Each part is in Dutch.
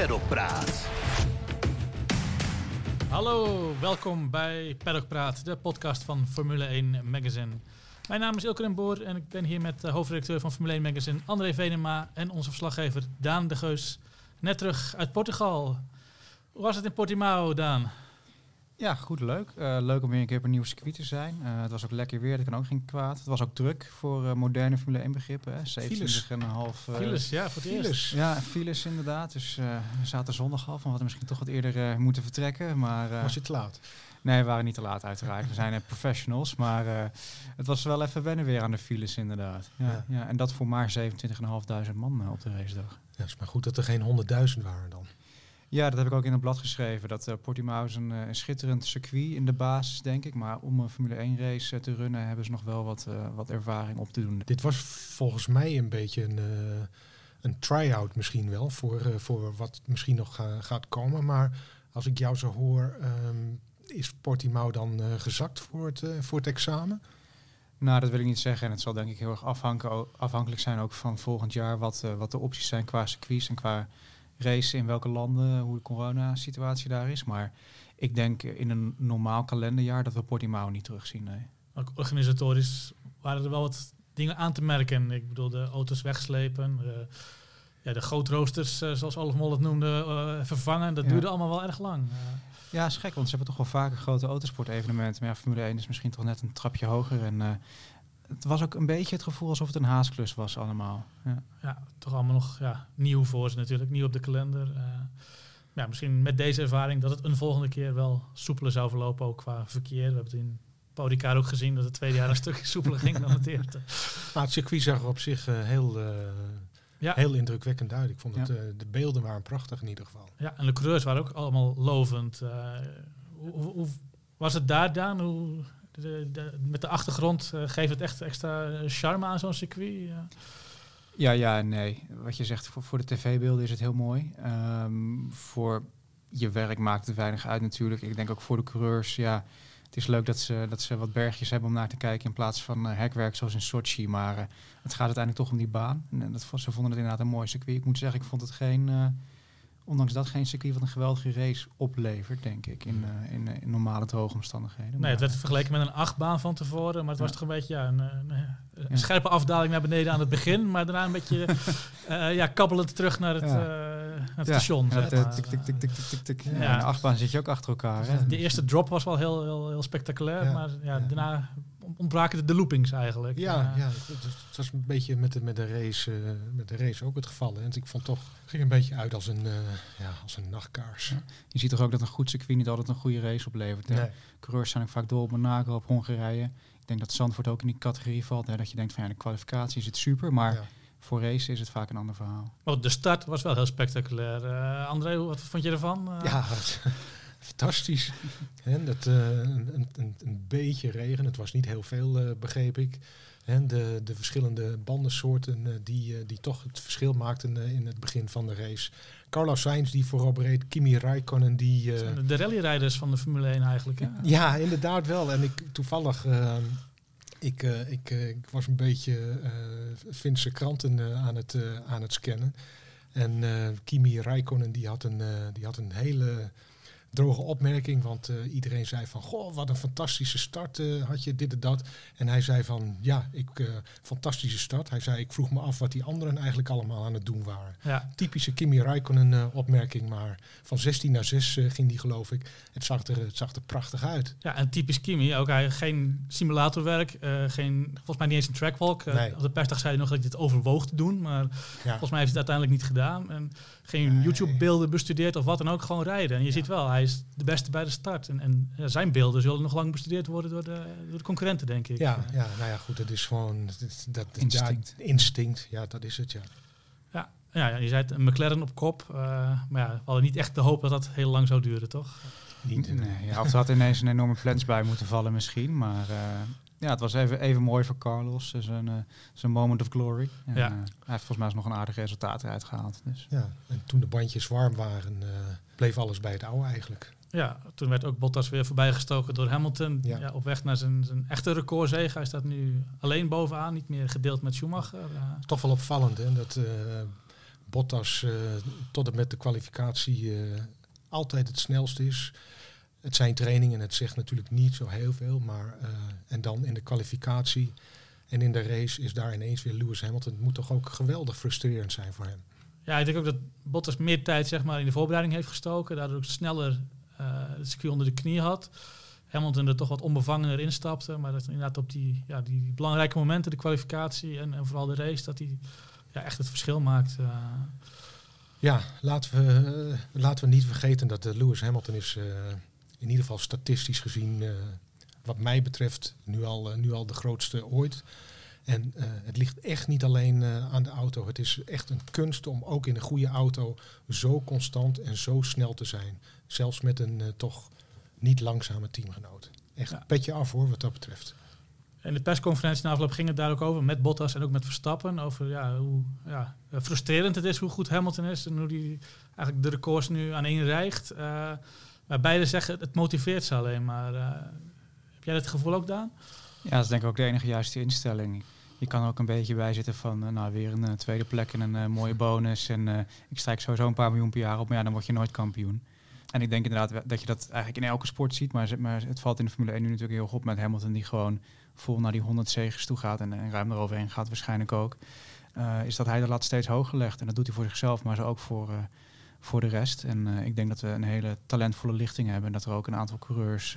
Paddock Praat. Hallo, welkom bij Paddock Praat, de podcast van Formule 1 Magazine. Mijn naam is Ilke den Boer en ik ben hier met de hoofdredacteur van Formule 1 Magazine, André Venema, en onze verslaggever Daan de Geus, net terug uit Portugal. Hoe was het in Portimao, Daan? Ja, goed, leuk. Leuk om weer een keer op een nieuw circuit te zijn. Het was ook lekker weer, dat kan ook geen kwaad. Het was ook druk voor moderne Formule 1 begrippen. 27,5 files, ja, voor het eerst. Ja, files inderdaad. Dus we zaten zondag al, we hadden misschien toch wat eerder moeten vertrekken. Maar, was je te laat? Nee, we waren niet te laat uiteraard. We zijn professionals, maar het was wel even wennen weer aan de files inderdaad. Ja. En dat voor maar 27.500 man op de racedag. Ja, is maar goed dat er geen 100.000 waren dan. Ja, dat heb ik ook in het blad geschreven. Dat Portimao is een schitterend circuit in de basis, denk ik. Maar om een Formule 1 race te runnen hebben ze nog wel wat ervaring op te doen. Dit was volgens mij een beetje een try-out misschien wel voor wat misschien nog gaat komen. Maar als ik jou zo hoor, is Portimao dan gezakt voor het examen? Nou, dat wil ik niet zeggen. En het zal denk ik heel erg afhankelijk zijn ook van volgend jaar wat de opties zijn qua circuits en qua race in welke landen, hoe de corona-situatie daar is. Maar ik denk in een normaal kalenderjaar dat we Portimao niet terugzien. Nee. Ook organisatorisch waren er wel wat dingen aan te merken. Ik bedoel, de auto's wegslepen, de gootroosters, zoals Olaf Mol het noemde, vervangen. Dat duurde allemaal wel erg lang. Ja, is gek, want ze hebben toch wel vaker grote autosportevenementen. Maar ja, Formule 1 is misschien toch net een trapje hoger. En het was ook een beetje het gevoel alsof het een haasklus was allemaal. Ja, toch allemaal nog nieuw voor ze natuurlijk. Nieuw op de kalender. Misschien met deze ervaring dat het een volgende keer wel soepeler zou verlopen, ook qua verkeer. We hebben het in Paudicar ook gezien dat het tweede jaar een stukje soepeler ging dan het eerste. Maar het circuit zag er op zich heel indrukwekkend uit. Ik vond het, de beelden waren prachtig in ieder geval. Ja, en de coureurs waren ook allemaal lovend. Hoe was het daar, Daan? Met de achtergrond geeft het echt extra charme aan zo'n circuit? Ja en nee. Wat je zegt, voor de tv-beelden is het heel mooi. Voor je werk maakt het weinig uit natuurlijk. Ik denk ook voor de coureurs, het is leuk dat ze wat bergjes hebben om naar te kijken in plaats van hekwerk zoals in Sochi. Maar het gaat uiteindelijk toch om die baan. En ze vonden het inderdaad een mooi circuit. Ik moet zeggen, ik vond het ondanks dat geen circuit wat een geweldige race oplevert, denk ik, in normale droge omstandigheden. Nee, het werd vergeleken met een achtbaan van tevoren, maar het was toch een beetje een scherpe afdaling naar beneden aan het begin, maar daarna een beetje kabbelend terug naar het station. Tik. In de achtbaan zit je ook achter elkaar. Hè? De eerste drop was wel heel spectaculair, maar daarna ontbraken de loopings eigenlijk. Het was een beetje met de race ook het geval. En ik vond toch, ging een beetje uit als een nachtkaars. Ja. Je ziet toch ook dat een goed circuit niet altijd een goede race oplevert. Hè? Nee. Coureurs zijn ook vaak dol op Monaco, op Hongarije. Ik denk dat Zandvoort ook in die categorie valt. Hè? Dat je denkt van de kwalificatie is het super, maar voor race is het vaak een ander verhaal. Oh, de start was wel heel spectaculair. André, wat vond je ervan? Fantastisch. En een beetje regen. Het was niet heel veel, begreep ik. En de verschillende bandensoorten die toch het verschil maakten in het begin van de race. Carlos Sainz die voorop reed, Kimi Räikkönen die... de rallyrijders van de Formule 1 eigenlijk. Hè? Ja, inderdaad wel. En ik toevallig... Ik was een beetje Finse kranten aan het scannen. En Kimi Räikkönen die had een hele droge opmerking, want iedereen zei van, goh, wat een fantastische start had je, dit en dat. En hij zei van, fantastische start. Hij zei, ik vroeg me af wat die anderen eigenlijk allemaal aan het doen waren. Ja. Typische Kimi Räikkönen opmerking, maar van 16 naar 6 ging die, geloof ik. Het zag er prachtig uit. Ja, en typisch Kimi, ook hij geen simulatorwerk, volgens mij niet eens een trackwalk. Nee. Op de persdag zei hij nog dat hij het overwoog te doen, maar volgens mij heeft hij het uiteindelijk niet gedaan. En geen YouTube-beelden bestudeerd of wat dan ook, gewoon rijden. En je ziet wel, hij is de beste bij de start. En zijn beelden zullen nog lang bestudeerd worden door de concurrenten, denk ik. Goed, het is gewoon... Instinct. Instinct, dat is het, Ja, je zei het, een McLaren op kop. Maar we hadden niet echt de hoop dat dat heel lang zou duren, toch? Niet. Nee, of er had ineens een enorme plans bij moeten vallen misschien, maar... het was even mooi voor Carlos, zijn moment of glory. En, hij heeft volgens mij nog een aardig resultaat eruit gehaald. Dus. Ja, en toen de bandjes warm waren, bleef alles bij het oude eigenlijk. Ja, toen werd ook Bottas weer voorbijgestoken door Hamilton. Ja, op weg naar zijn echte recordzege. Hij staat nu alleen bovenaan, niet meer gedeeld met Schumacher. Toch wel opvallend, hè, dat Bottas tot en met de kwalificatie altijd het snelst is. Het zijn trainingen, het zegt natuurlijk niet zo heel veel. Maar en dan in de kwalificatie en in de race is daar ineens weer Lewis Hamilton. Het moet toch ook geweldig frustrerend zijn voor hem. Ja, ik denk ook dat Bottas meer tijd zeg maar, in de voorbereiding heeft gestoken. Daardoor ook sneller het circuit onder de knie had. Hamilton er toch wat onbevangener instapte. Maar dat inderdaad op die belangrijke momenten, de kwalificatie en vooral de race, dat hij echt het verschil maakt. Ja, laten we niet vergeten dat Lewis Hamilton is in ieder geval statistisch gezien, wat mij betreft, nu al de grootste ooit. En het ligt echt niet alleen aan de auto. Het is echt een kunst om ook in een goede auto zo constant en zo snel te zijn. Zelfs met een toch niet langzame teamgenoot. Echt petje af hoor, wat dat betreft. In de persconferentie na afloop ging het daar ook over, met Bottas en ook met Verstappen, over hoe frustrerend het is, hoe goed Hamilton is en hoe hij eigenlijk de records nu aaneenrijgt. Maar beide zeggen, het motiveert ze alleen maar. Heb jij dat gevoel ook, Daan? Ja, dat is denk ik ook de enige juiste instelling. Je kan er ook een beetje bij zitten van weer een tweede plek en een mooie bonus. En ik strijk sowieso een paar miljoen per jaar op, maar dan word je nooit kampioen. En ik denk inderdaad dat je dat eigenlijk in elke sport ziet. Maar het valt in de Formule 1 nu natuurlijk heel goed op met Hamilton, die gewoon vol naar die 100 zegens toe gaat en ruim eroverheen gaat waarschijnlijk ook. Is dat hij de lat steeds hoger legt. En dat doet hij voor zichzelf, maar zo ook voor de rest. En ik denk dat we een hele talentvolle lichting hebben. En dat er ook een aantal coureurs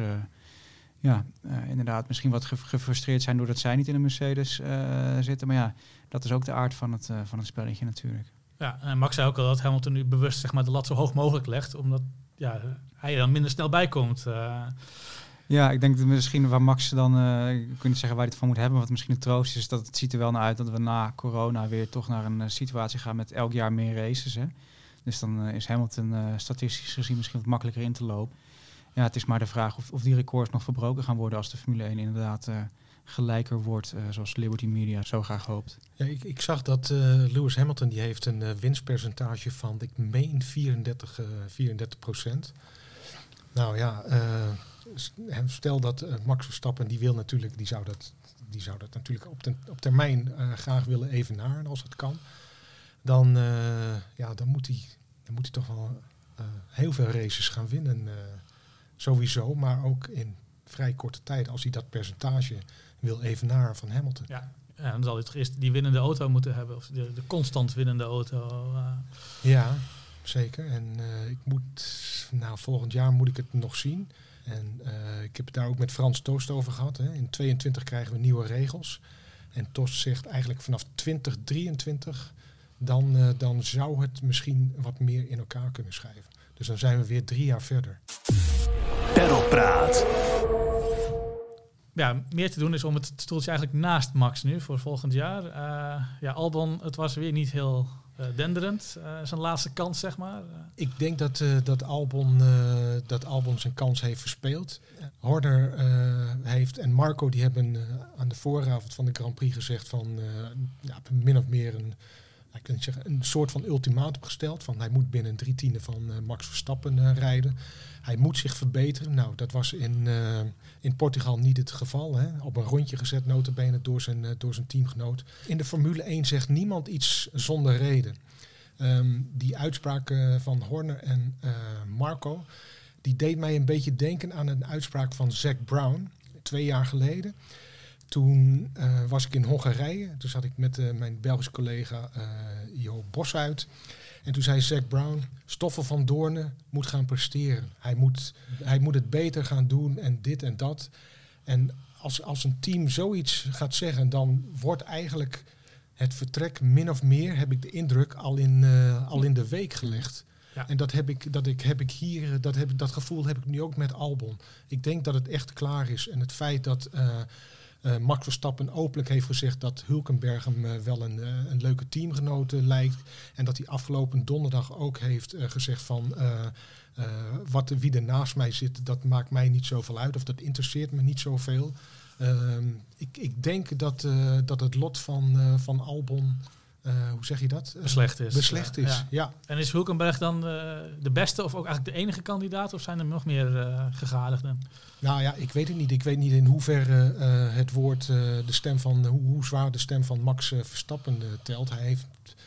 inderdaad misschien wat gefrustreerd zijn doordat zij niet in een Mercedes zitten. Maar ja, dat is ook de aard van het spelletje natuurlijk. Ja, en Max zei ook al dat Hamilton nu bewust zeg maar, de lat zo hoog mogelijk legt, omdat hij er dan minder snel bij komt. Ja, ik denk dat misschien waar Max dan, ik kan niet zeggen waar hij het van moet hebben, wat misschien een troost is, dat het ziet er wel naar uit dat we na corona weer toch naar een situatie gaan met elk jaar meer races. Hè? Dus dan is Hamilton statistisch gezien misschien wat makkelijker in te lopen. Ja, het is maar de vraag of die records nog verbroken gaan worden als de Formule 1 inderdaad gelijker wordt, zoals Liberty Media zo graag hoopt. Ja, ik zag dat Lewis Hamilton die heeft een winstpercentage van, ik meen 34%. Nou ja, stel dat Max Verstappen die zou dat natuurlijk op termijn graag willen evenaren als het kan. Dan moet hij toch wel heel veel races gaan winnen. Sowieso, maar ook in vrij korte tijd als hij dat percentage wil evenaren van Hamilton. Ja, dan zal hij toch eerst die winnende auto moeten hebben. Of de constant winnende auto. Ja, zeker. En volgend jaar moet ik het nog zien. En ik heb het daar ook met Frans Tost over gehad. Hè. In 22 krijgen we nieuwe regels. En Tost zegt eigenlijk vanaf 2023... Dan zou het misschien wat meer in elkaar kunnen schrijven. Dus dan zijn we weer 3 jaar verder. Pedalpraat. Ja, meer te doen is om het stoeltje eigenlijk naast Max nu voor volgend jaar. Albon, het was weer niet heel denderend. Zijn laatste kans, zeg maar. Ik denk dat Albon zijn kans heeft verspeeld. Horner heeft en Marco die hebben aan de vooravond van de Grand Prix gezegd van min of meer een soort van ultimatum gesteld. Van hij moet binnen 3/10 van Max Verstappen rijden. Hij moet zich verbeteren. Nou, dat was in Portugal niet het geval. Hè. Op een rondje gezet nota bene door zijn teamgenoot. In de Formule 1 zegt niemand iets zonder reden. Die uitspraak van Horner en Marco, die deed mij een beetje denken aan een uitspraak van Zac Brown 2 jaar geleden. Toen was ik in Hongarije. Toen zat ik met mijn Belgische collega Jo Boshuit. En toen zei Zac Brown, Stoffel van Doornen moet gaan presteren. Hij moet het beter gaan doen en dit en dat. En als een team zoiets gaat zeggen, dan wordt eigenlijk het vertrek min of meer, heb ik de indruk, al in de week gelegd. Ja. En dat gevoel heb ik nu ook met Albon. Ik denk dat het echt klaar is. En het feit dat Max Verstappen openlijk heeft gezegd dat Hülkenberg hem wel een leuke teamgenoot lijkt. En dat hij afgelopen donderdag ook heeft gezegd van wie er naast mij zit, dat maakt mij niet zoveel uit. Of dat interesseert me niet zoveel. Ik denk dat het lot van Albon, hoe zeg je dat? Beslecht is. Ja. En is Hülkenberg dan de beste of ook eigenlijk de enige kandidaat? Of zijn er nog meer gegadigden? Nou ja, ik weet het niet. Ik weet niet in hoeverre het woord, de stem van, hoe zwaar de stem van Max Verstappen telt. Hij heeft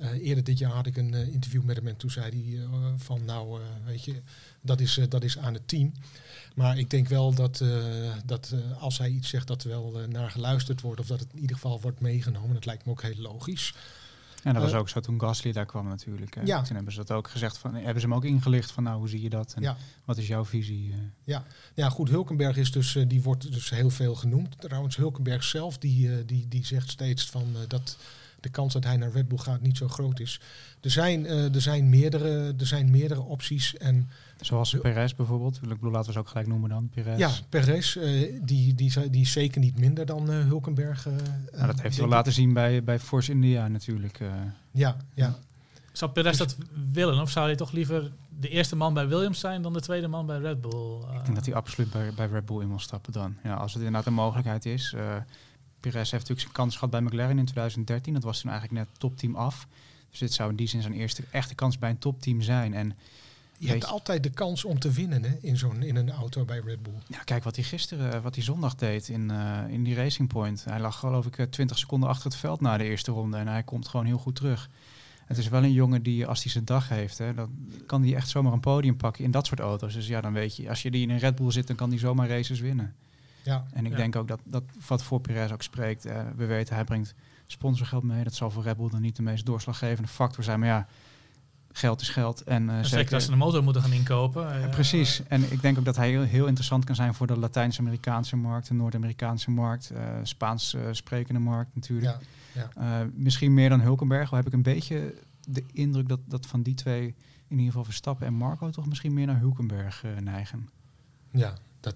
Eerder dit jaar had ik een interview met hem en toen zei hij van weet je, dat is aan het team. Maar ik denk wel dat als hij iets zegt dat er wel naar geluisterd wordt of dat het in ieder geval wordt meegenomen. Dat lijkt me ook heel logisch. En dat was ook zo toen Gasly daar kwam natuurlijk. Ja. Toen hebben ze dat ook gezegd, hebben ze hem ook ingelicht van hoe zie je dat en wat is jouw visie? Ja, goed, Hülkenberg is dus, die wordt dus heel veel genoemd. Trouwens, Hülkenberg zelf, die zegt steeds van dat de kans dat hij naar Red Bull gaat niet zo groot is. Er zijn meerdere opties. En zoals Perez bijvoorbeeld. Ik bedoel, laten we ze ook gelijk noemen dan. Perez. Ja, Perez, die is zeker niet minder dan Hülkenberg. Dat heeft hij wel laten zien bij Force India natuurlijk. Ja. Zou Perez dat willen? Of zou hij toch liever de eerste man bij Williams zijn dan de tweede man bij Red Bull? Ik denk dat hij absoluut bij Red Bull in wil stappen dan. Ja, als het inderdaad een mogelijkheid is. Perez heeft natuurlijk zijn kans gehad bij McLaren in 2013. Dat was toen eigenlijk net topteam af. Dus dit zou in die zin zijn eerste echte kans bij een topteam zijn. En je hebt altijd de kans om te winnen hè, in een auto bij Red Bull. Ja, kijk wat hij zondag deed in die Racing Point. Hij lag geloof ik 20 seconden achter het veld na de eerste ronde. En hij komt gewoon heel goed terug. Het is wel een jongen die, als hij zijn dag heeft, dan kan hij echt zomaar een podium pakken in dat soort auto's. Dus ja, dan weet je, als je die in een Red Bull zit, dan kan hij zomaar races winnen. Ja. En ik denk ook dat wat voor Perez ook spreekt. We weten, hij brengt sponsorgeld mee. Dat zal voor Red Bull dan niet de meest doorslaggevende factor zijn. Maar ja, geld is geld. En zeker als ze een motor moeten gaan inkopen. Precies. En ik denk ook dat hij heel interessant kan zijn voor de Latijns-Amerikaanse markt, de Noord-Amerikaanse markt, Spaans sprekende markt natuurlijk. Ja. Misschien meer dan Hülkenberg. Al heb ik een beetje de indruk dat van die twee, in ieder geval Verstappen en Marco, toch misschien meer naar Hülkenberg neigen. Ja.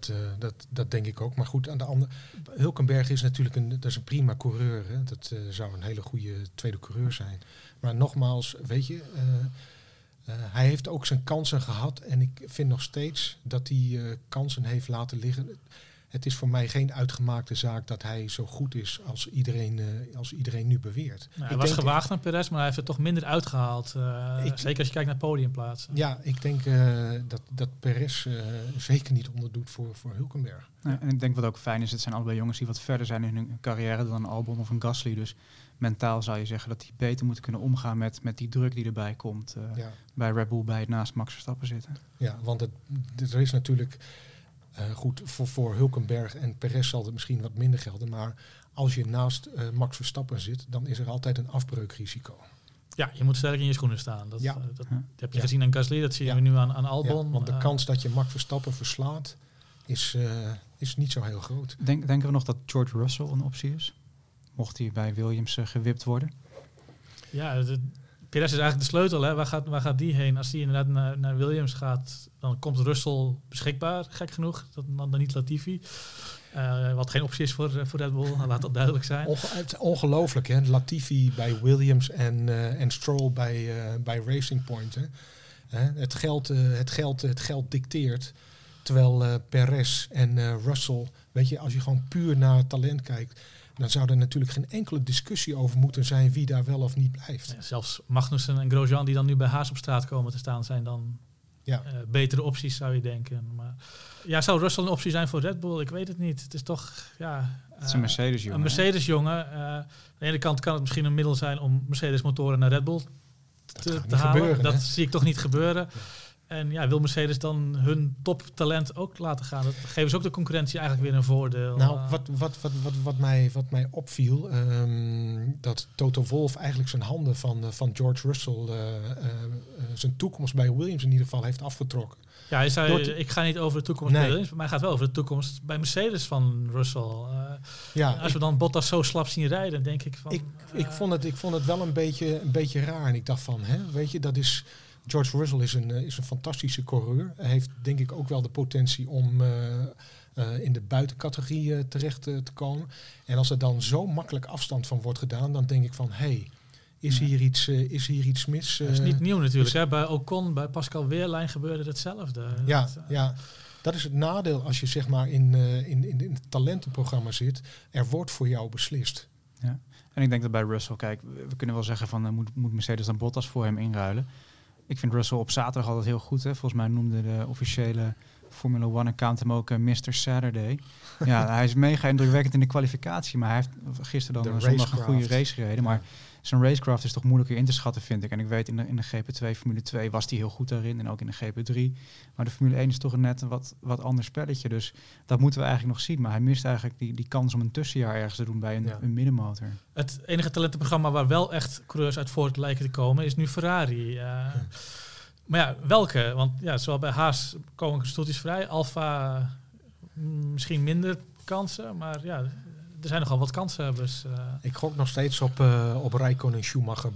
Dat denk ik ook. Maar goed, aan de andere... Hülkenberg is natuurlijk een prima coureur. Hè? Dat zou een hele goede tweede coureur zijn. Maar nogmaals, weet je... hij heeft ook zijn kansen gehad. En ik vind nog steeds dat hij kansen heeft laten liggen. Het is voor mij geen uitgemaakte zaak dat hij zo goed is als iedereen nu beweert. Nou, hij was gewaagd aan Perez, maar hij heeft er toch minder uitgehaald. Zeker als je kijkt naar podiumplaatsen. Ja, ik denk dat Perez zeker niet onderdoet voor Hülkenberg. Ja, en ik denk wat ook fijn is, het zijn allebei jongens die wat verder zijn in hun carrière dan een Albon of een Gasly. Dus mentaal zou je zeggen dat die beter moeten kunnen omgaan met die druk die erbij komt. Bij Red Bull, bij het naast Max Verstappen zitten. Ja, want er is natuurlijk... goed, voor Hülkenberg en Perez zal het misschien wat minder gelden. Maar als je naast Max Verstappen zit, dan is er altijd een afbreukrisico. Ja, je moet sterk in je schoenen staan. Dat heb je gezien aan Gasly, dat zie je nu aan Albon. Ja, want de kans dat je Max Verstappen verslaat is niet zo heel groot. Denken we nog dat George Russell een optie is? Mocht hij bij Williams gewipt worden? Ja, Perez is eigenlijk de sleutel. Hè? Waar gaat die heen? Als die inderdaad naar Williams gaat, dan komt Russell beschikbaar, gek genoeg. Dan niet Latifi. Wat geen optie is voor Red Bull, laat dat duidelijk zijn. Ongelooflijk, hè? Latifi bij Williams en Stroll bij Racing Point. Hè? Het geld dicteert. Terwijl Perez en Russell, weet je, als je gewoon puur naar talent kijkt, dan zou er natuurlijk geen enkele discussie over moeten zijn wie daar wel of niet blijft. Ja, zelfs Magnussen en Grosjean, die dan nu bij Haas op straat komen te staan, zijn dan betere opties, zou je denken. Maar zou Russell een optie zijn voor Red Bull? Ik weet het niet. Het is toch... het is een Mercedes-jongen. Een Mercedes-jongen. Aan de ene kant kan het misschien een middel zijn om Mercedes-motoren naar Red Bull te halen. Dat zie ik toch niet gebeuren. Ja. En wil Mercedes dan hun toptalent ook laten gaan? Dat geven ze ook de concurrentie eigenlijk weer een voordeel. Nou, wat mij opviel, dat Toto Wolff eigenlijk zijn handen van George Russell, zijn toekomst bij Williams in ieder geval heeft afgetrokken. Ja, hij zei, ik ga niet over de toekomst bij Williams, maar hij gaat wel over de toekomst bij Mercedes van Russell. Als we dan Bottas zo slap zien rijden, denk ik van... Ik vond het wel een beetje raar. En ik dacht van, weet je, dat is... George Russell is een fantastische coureur. Hij heeft denk ik ook wel de potentie om in de buitencategorie terecht te komen. En als er dan zo makkelijk afstand van wordt gedaan, dan denk ik van, is hier iets mis? Dat is niet nieuw natuurlijk. Hè? Bij Ocon, bij Pascal Wehrlein gebeurde hetzelfde. Dat is het nadeel als je zeg maar in het talentenprogramma zit. Er wordt voor jou beslist. Ja. En ik denk dat bij Russell, kijk, we kunnen wel zeggen van moet Mercedes dan Bottas voor hem inruilen. Ik vind Russell op zaterdag altijd heel goed. Hè. Volgens mij noemde de officiële Formula One account hem ook Mr. Saturday. Ja, hij is mega indrukwekkend in de kwalificatie. Maar hij heeft gisteren dan zondag een goede race gereden. Maar zijn racecraft is toch moeilijker in te schatten, vind ik. En ik weet, in de GP2 Formule 2 was hij heel goed daarin. En ook in de GP3. Maar de Formule 1 is toch net een wat ander spelletje. Dus dat moeten we eigenlijk nog zien. Maar hij mist eigenlijk die kans om een tussenjaar ergens te doen bij een middenmotor. Het enige talentenprogramma waar wel echt coureurs uit voort lijken te komen is nu Ferrari. Maar ja, welke? Want ja, zowel bij Haas komen stoeltjes vrij. Alfa misschien minder kansen. Maar ja, er zijn nogal wat kanshebbers. Ik gok nog steeds op Räikkönen en Schumacher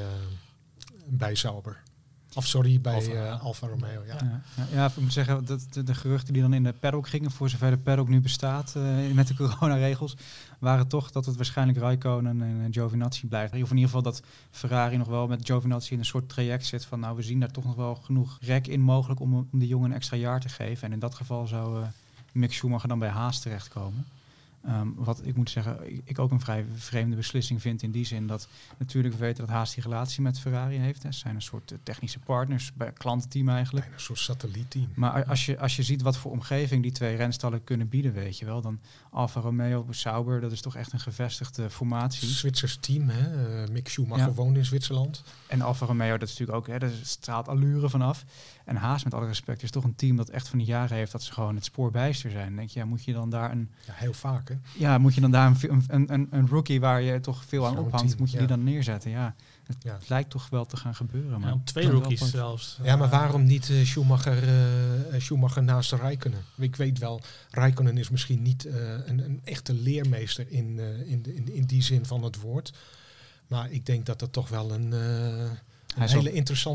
bij Sauber. Of sorry, bij Alfa Romeo. Ja, ik moet zeggen, dat de geruchten die dan in de paddock gingen, voor zover de paddock nu bestaat met de coronaregels, waren toch dat het waarschijnlijk Räikkönen en Giovinazzi blijft. Of in ieder geval dat Ferrari nog wel met Giovinazzi in een soort traject zit van, nou, we zien daar toch nog wel genoeg rek in mogelijk om de jongen een extra jaar te geven. En in dat geval zou Mick Schumacher dan bij Haas terechtkomen. Wat ik moet zeggen, ik ook een vrij vreemde beslissing vind in die zin dat natuurlijk we weten dat Haas die relatie met Ferrari heeft. Ze zijn een soort technische partners, bij klantenteam eigenlijk. Bijna een soort satellietteam. Maar als je ziet wat voor omgeving die twee renstallen kunnen bieden, weet je wel, dan Alfa Romeo, Sauber, dat is toch echt een gevestigde formatie. Zwitsers team, hè? Mick Schumacher woont in Zwitserland. En Alfa Romeo, dat is natuurlijk ook, daar straalt allure vanaf. En Haas, met alle respect, is toch een team dat echt van die jaren heeft dat ze gewoon het spoor bijster zijn. Dan denk je, moet je dan daar heel vaak, hè? Ja, moet je dan daar een rookie waar je toch veel aan ophangt, team, moet je die dan neerzetten? Ja, het lijkt toch wel te gaan gebeuren. Maar 2 rookies zelfs. Ja, maar waarom niet Schumacher naast Räikkönen? Ik weet wel, Räikkönen is misschien niet een echte leermeester in die zin van het woord. Maar ik denk dat dat toch wel een hele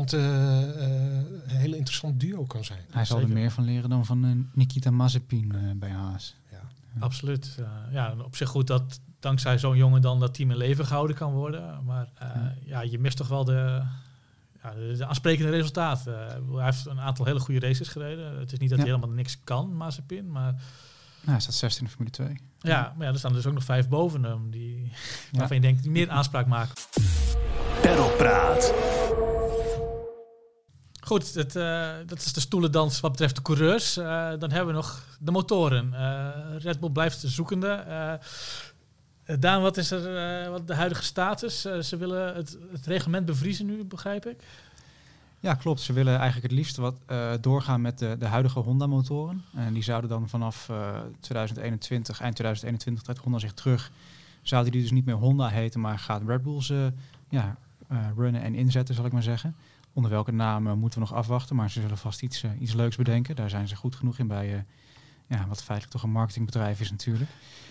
interessant duo kan zijn. Hij zal er meer van leren dan van Nikita Mazepin bij Haas. Ja. Absoluut. Op zich goed dat dankzij zo'n jongen dan dat team in leven gehouden kan worden. Maar je mist toch wel de aansprekende resultaten. Hij heeft een aantal hele goede races gereden. Het is niet dat hij helemaal niks kan, Mazepin, maar hij staat 16 in de Formule 2. Ja, maar er staan dus ook nog 5 boven hem waarvan je denkt die meer aanspraak maken. Pedalpraat. Goed, dat is de stoelendans wat betreft de coureurs. Dan hebben we nog de motoren. Red Bull blijft zoekende. Daan, wat is wat de huidige status? Ze willen het reglement bevriezen nu, begrijp ik? Ja, klopt. Ze willen eigenlijk het liefst doorgaan met de huidige Honda-motoren. En die zouden dan vanaf 2021, eind 2021, trekt Honda zich terug. Zouden die dus niet meer Honda heten, maar gaat Red Bull ze runnen en inzetten, zal ik maar zeggen. Onder welke naam moeten we nog afwachten, maar ze zullen vast iets leuks bedenken. Daar zijn ze goed genoeg in bij wat feitelijk toch een marketingbedrijf is natuurlijk.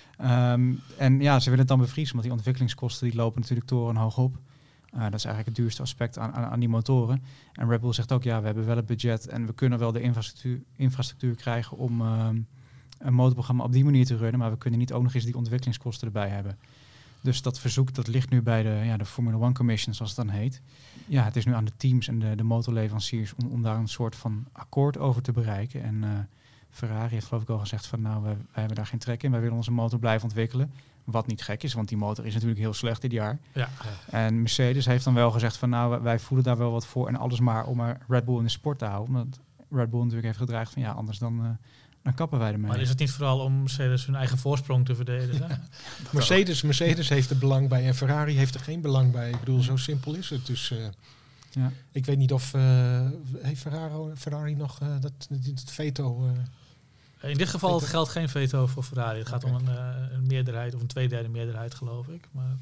En ja, ze willen het dan bevriezen, want die ontwikkelingskosten die lopen natuurlijk torenhoog op. Dat is eigenlijk het duurste aspect aan die motoren. En Red Bull zegt ook, we hebben wel het budget en we kunnen wel de infrastructuur krijgen om een motorprogramma op die manier te runnen, maar we kunnen niet ook nog eens die ontwikkelingskosten erbij hebben. Dus dat verzoek dat ligt nu bij de Formula 1 Commission, zoals het dan heet. Ja, het is nu aan de teams en de motorleveranciers om daar een soort van akkoord over te bereiken. En Ferrari heeft geloof ik al gezegd van wij hebben daar geen trek in. Wij willen onze motor blijven ontwikkelen. Wat niet gek is, want die motor is natuurlijk heel slecht dit jaar. Ja. En Mercedes heeft dan wel gezegd van wij voelen daar wel wat voor. En alles maar om Red Bull in de sport te houden. Omdat Red Bull natuurlijk heeft gedreigd van anders dan kappen wij ermee. Maar is het niet vooral om Mercedes hun eigen voorsprong te verdedigen? Mercedes heeft er belang bij en Ferrari heeft er geen belang bij. Ik bedoel, zo simpel is het. Dus ik weet niet of heeft Ferrari nog dat veto. In dit geval geldt geen veto voor Ferrari. Het gaat om een meerderheid of een tweederde meerderheid, geloof ik. Maar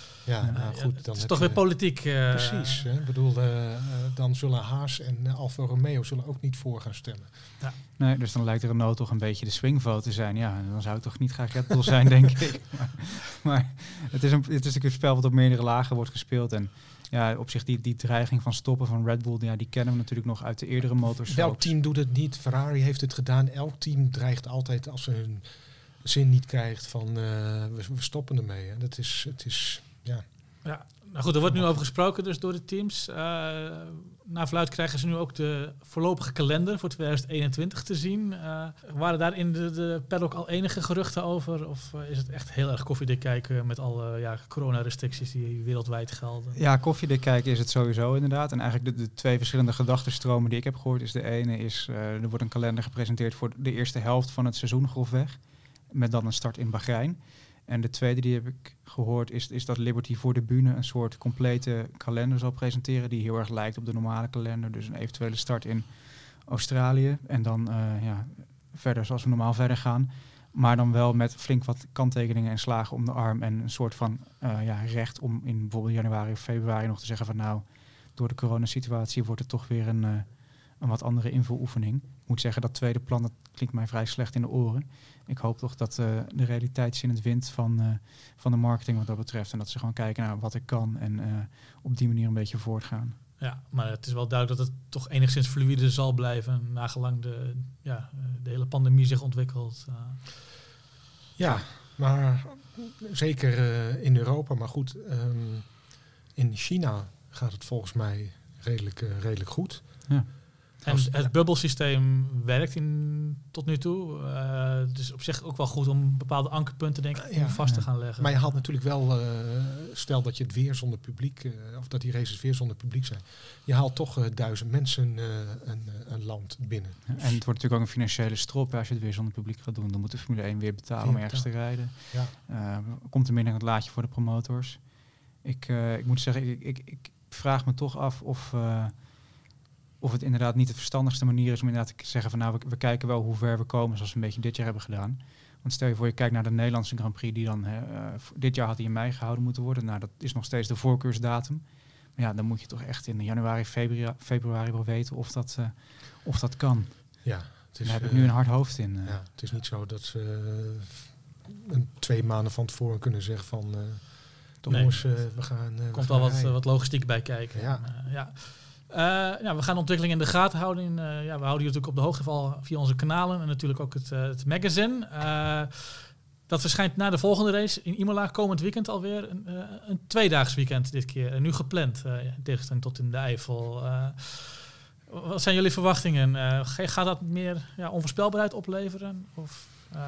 goed. Dan het is toch weer politiek. Precies. Ik bedoel, dan zullen Haas en Alfa Romeo zullen ook niet voor gaan stemmen. Ja. Nee, dus dan lijkt Renault toch een beetje de swingvote te zijn. Ja, dan zou het toch niet graag Red Bull zijn, denk ik. Maar het is natuurlijk een spel wat op meerdere lagen wordt gespeeld. En ja, op zich die dreiging van stoppen van Red Bull, die kennen we natuurlijk nog uit de eerdere motors. Welk team doet het niet? Ferrari heeft het gedaan. Elk team dreigt altijd als ze hun zin niet krijgt van we stoppen ermee. Hè. Het is. Ja, nou goed, er wordt nu over gesproken dus door de teams. Naar verluidt krijgen ze nu ook de voorlopige kalender voor 2021 te zien. Waren daar in de paddock al enige geruchten over? Of is het echt heel erg koffiedik kijken met alle coronarestricties die wereldwijd gelden? Ja, koffiedik kijken is het sowieso inderdaad. En eigenlijk de twee verschillende gedachtenstromen die ik heb gehoord is de ene is, er wordt een kalender gepresenteerd voor de eerste helft van het seizoen grofweg. Met dan een start in Bahrein. En de tweede, die heb ik gehoord, is dat Liberty voor de bühne een soort complete kalender zal presenteren die heel erg lijkt op de normale kalender. Dus een eventuele start in Australië en dan verder zoals we normaal verder gaan. Maar dan wel met flink wat kanttekeningen en slagen om de arm en een soort van recht om in bijvoorbeeld januari of februari nog te zeggen van nou, door de coronasituatie wordt het toch weer een wat andere invuloefening. Ik moet zeggen, dat tweede plan, dat klinkt mij vrij slecht in de oren. Ik hoop toch dat de realiteitszin het wint van de marketing wat dat betreft. En dat ze gewoon kijken naar wat ik kan en op die manier een beetje voortgaan. Ja, maar het is wel duidelijk dat het toch enigszins fluïde zal blijven nagelang de hele pandemie zich ontwikkelt. Ja, maar zeker in Europa. Maar goed, in China gaat het volgens mij redelijk goed. Ja. En het bubbelsysteem werkt tot nu toe. Dus op zich ook wel goed om bepaalde ankerpunten denk ik vast te gaan leggen. Maar je haalt natuurlijk wel, stel dat je het weer zonder publiek, of dat die races weer zonder publiek zijn. Je haalt toch 1000 mensen een land binnen. Ja, en het wordt natuurlijk ook een financiële strop. Als je het weer zonder publiek gaat doen, dan moet de Formule 1 weer betalen om ergens te rijden. Ja. Komt er minder het laadje voor de promotors. Ik moet zeggen, ik vraag me toch af of het inderdaad niet de verstandigste manier is om inderdaad te zeggen van nou, we kijken wel hoe ver we komen zoals we een beetje dit jaar hebben gedaan. Want stel je voor, je kijkt naar de Nederlandse Grand Prix die dan dit jaar had die in mei gehouden moeten worden. Nou, dat is nog steeds de voorkeursdatum. Maar ja, dan moet je toch echt in januari, februari wel weten of dat kan. Ja, daar heb ik nu een hard hoofd in. Ja, het is niet zo dat ze 2 maanden van tevoren kunnen zeggen van jongens, we gaan. Komt wel wat logistiek bij kijken. Ja. We gaan de ontwikkeling in de gaten houden. We houden je natuurlijk op de hoogte via onze kanalen en natuurlijk ook het magazine. Dat verschijnt na de volgende race in Imola komend weekend alweer. Een 2-daags weekend dit keer. Nu gepland, in tegenstelling tot in de Eifel. Wat zijn jullie verwachtingen? Gaat dat meer onvoorspelbaarheid opleveren? Of,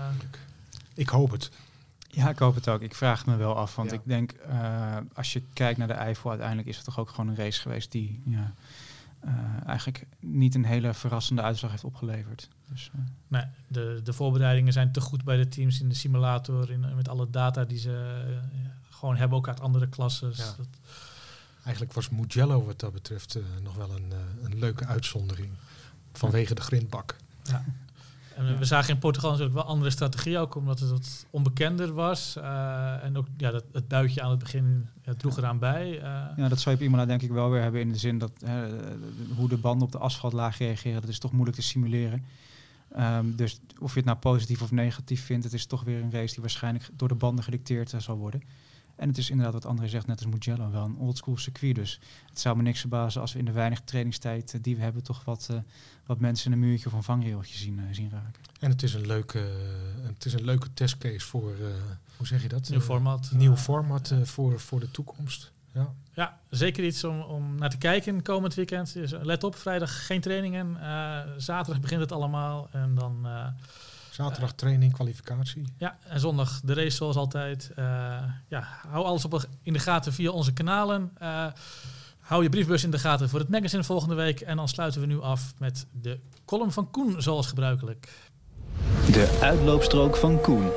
Ik hoop het. Ja, ik hoop het ook. Ik vraag me wel af. Want ik denk, als je kijkt naar de Eifel, uiteindelijk is het toch ook gewoon een race geweest die eigenlijk niet een hele verrassende uitslag heeft opgeleverd. Dus, nee, de voorbereidingen zijn te goed bij de teams in de simulator, met alle data die ze gewoon hebben, ook uit andere klasses. Ja. Eigenlijk was Mugello wat dat betreft nog wel een leuke uitzondering. Vanwege de grindbak. Ja. En we zagen in Portugal natuurlijk wel andere strategieën, ook omdat het wat onbekender was. En ook het buitje aan het begin droeg eraan bij. Ja, dat zou je op Imola denk ik wel weer hebben in de zin dat hoe de banden op de asfaltlaag reageren, dat is toch moeilijk te simuleren. Dus of je het nou positief of negatief vindt, het is toch weer een race die waarschijnlijk door de banden gedicteerd zal worden. En het is inderdaad wat André zegt, net als Mugello, wel een oldschool circuit. Dus het zou me niks verbazen als we in de weinig trainingstijd die we hebben toch wat mensen een muurtje of een vangrailtje zien raken. En het is een leuke testcase voor, hoe zeg je dat? Nieuw format voor de toekomst. Ja, zeker iets om naar te kijken komend weekend. Dus let op, vrijdag geen trainingen. Zaterdag begint het allemaal en dan... Zaterdag training, kwalificatie. Ja, en zondag de race zoals altijd. Hou alles in de gaten via onze kanalen. Hou je briefbus in de gaten voor het magazine volgende week. En dan sluiten we nu af met de column van Koen, zoals gebruikelijk. De uitloopstrook van Koen.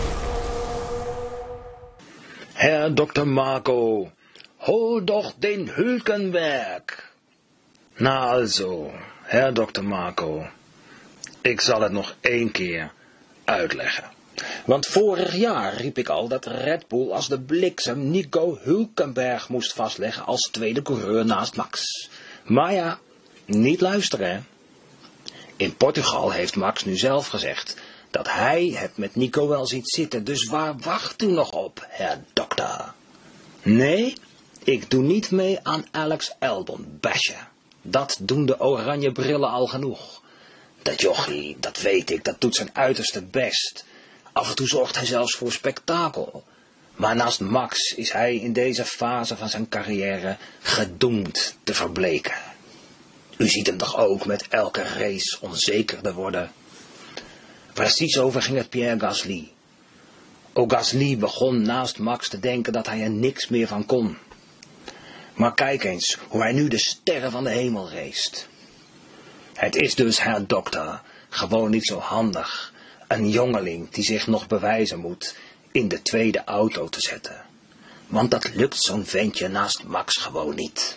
Herr Dr. Marco, hol doch den Hülkenberg. Na also, Herr Dr. Marco, ik zal het nog 1 keer uitleggen. Want vorig jaar riep ik al dat Red Bull als de bliksem Nico Hülkenberg moest vastleggen als tweede coureur naast Max. Maar ja, niet luisteren hè. In Portugal heeft Max nu zelf gezegd dat hij het met Nico wel ziet zitten. Dus waar wacht u nog op, Herr Dokter? Nee, ik doe niet mee aan Alex Albon bashen. Dat doen de oranje brillen al genoeg. Dat jochie, dat weet ik, dat doet zijn uiterste best. Af en toe zorgt hij zelfs voor spektakel. Maar naast Max is hij in deze fase van zijn carrière gedoemd te verbleken. U ziet hem toch ook met elke race onzekerder worden. Precies over ging het Pierre Gasly. Ook Gasly begon naast Max te denken dat hij er niks meer van kon. Maar kijk eens hoe hij nu de sterren van de hemel race. Het is dus, Herr Dokter, gewoon niet zo handig. Een jongeling die zich nog bewijzen moet, in de tweede auto te zetten. Want dat lukt zo'n ventje naast Max gewoon niet.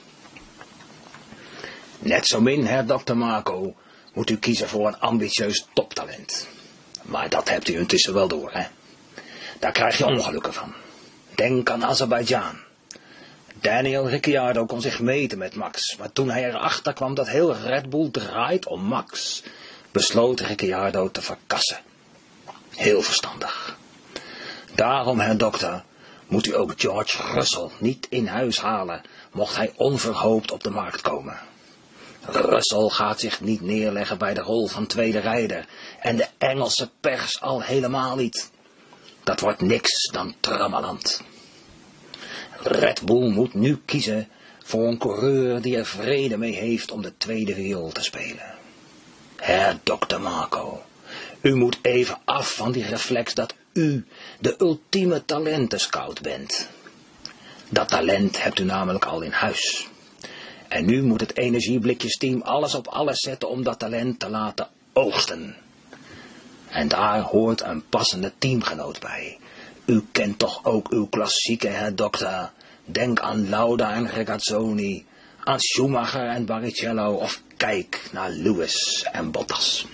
Net zo min, Herr Dr. Marco, moet u kiezen voor een ambitieus toptalent. Maar dat hebt u intussen wel door, hè? Daar krijg je ongelukken van. Denk aan Azerbeidzjan. Daniel Ricciardo kon zich meten met Max, maar toen hij erachter kwam dat heel Red Bull draait om Max, besloot Ricciardo te verkassen. Heel verstandig. Daarom, Herr Dokter, moet u ook George Russell niet in huis halen, mocht hij onverhoopt op de markt komen. Russell gaat zich niet neerleggen bij de rol van tweede rijder, en de Engelse pers al helemaal niet. Dat wordt niks dan trammeland. Red Bull moet nu kiezen voor een coureur die er vrede mee heeft om de tweede viool te spelen. Herr Dr. Marco, u moet even af van die reflex dat u de ultieme talentenscout bent. Dat talent hebt u namelijk al in huis. En nu moet het energieblikjesteam alles op alles zetten om dat talent te laten oogsten. En daar hoort een passende teamgenoot bij. U kent toch ook uw klassieke, Herr Dokter. Denk aan Lauda en Regazzoni, aan Schumacher en Barrichello of kijk naar Lewis en Bottas.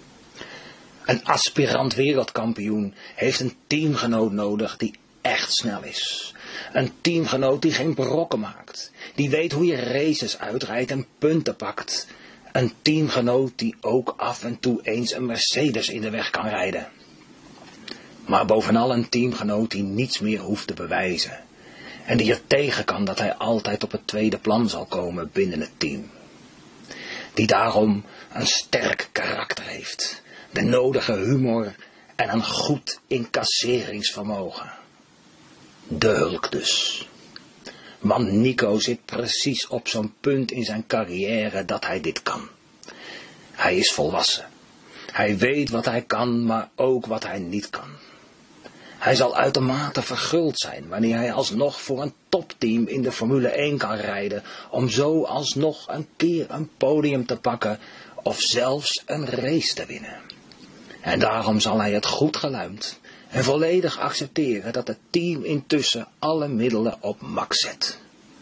Een aspirant wereldkampioen heeft een teamgenoot nodig die echt snel is. Een teamgenoot die geen brokken maakt, die weet hoe je races uitrijdt en punten pakt. Een teamgenoot die ook af en toe eens een Mercedes in de weg kan rijden. Maar bovenal een teamgenoot die niets meer hoeft te bewijzen. En die er tegen kan dat hij altijd op het tweede plan zal komen binnen het team. Die daarom een sterk karakter heeft, de nodige humor en een goed incasseringsvermogen. De Hulk dus. Want Nico zit precies op zo'n punt in zijn carrière dat hij dit kan. Hij is volwassen. Hij weet wat hij kan, maar ook wat hij niet kan. Hij zal uitermate verguld zijn wanneer hij alsnog voor een topteam in de Formule 1 kan rijden, om zo alsnog een keer een podium te pakken of zelfs een race te winnen. En daarom zal hij het goed geluimd en volledig accepteren dat het team intussen alle middelen op Max zet.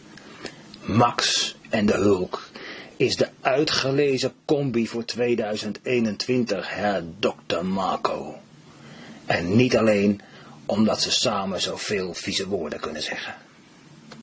Max en de Hulk is de uitgelezen combi voor 2021, Herr Dr. Marco. En niet alleen omdat ze samen zoveel vieze woorden kunnen zeggen.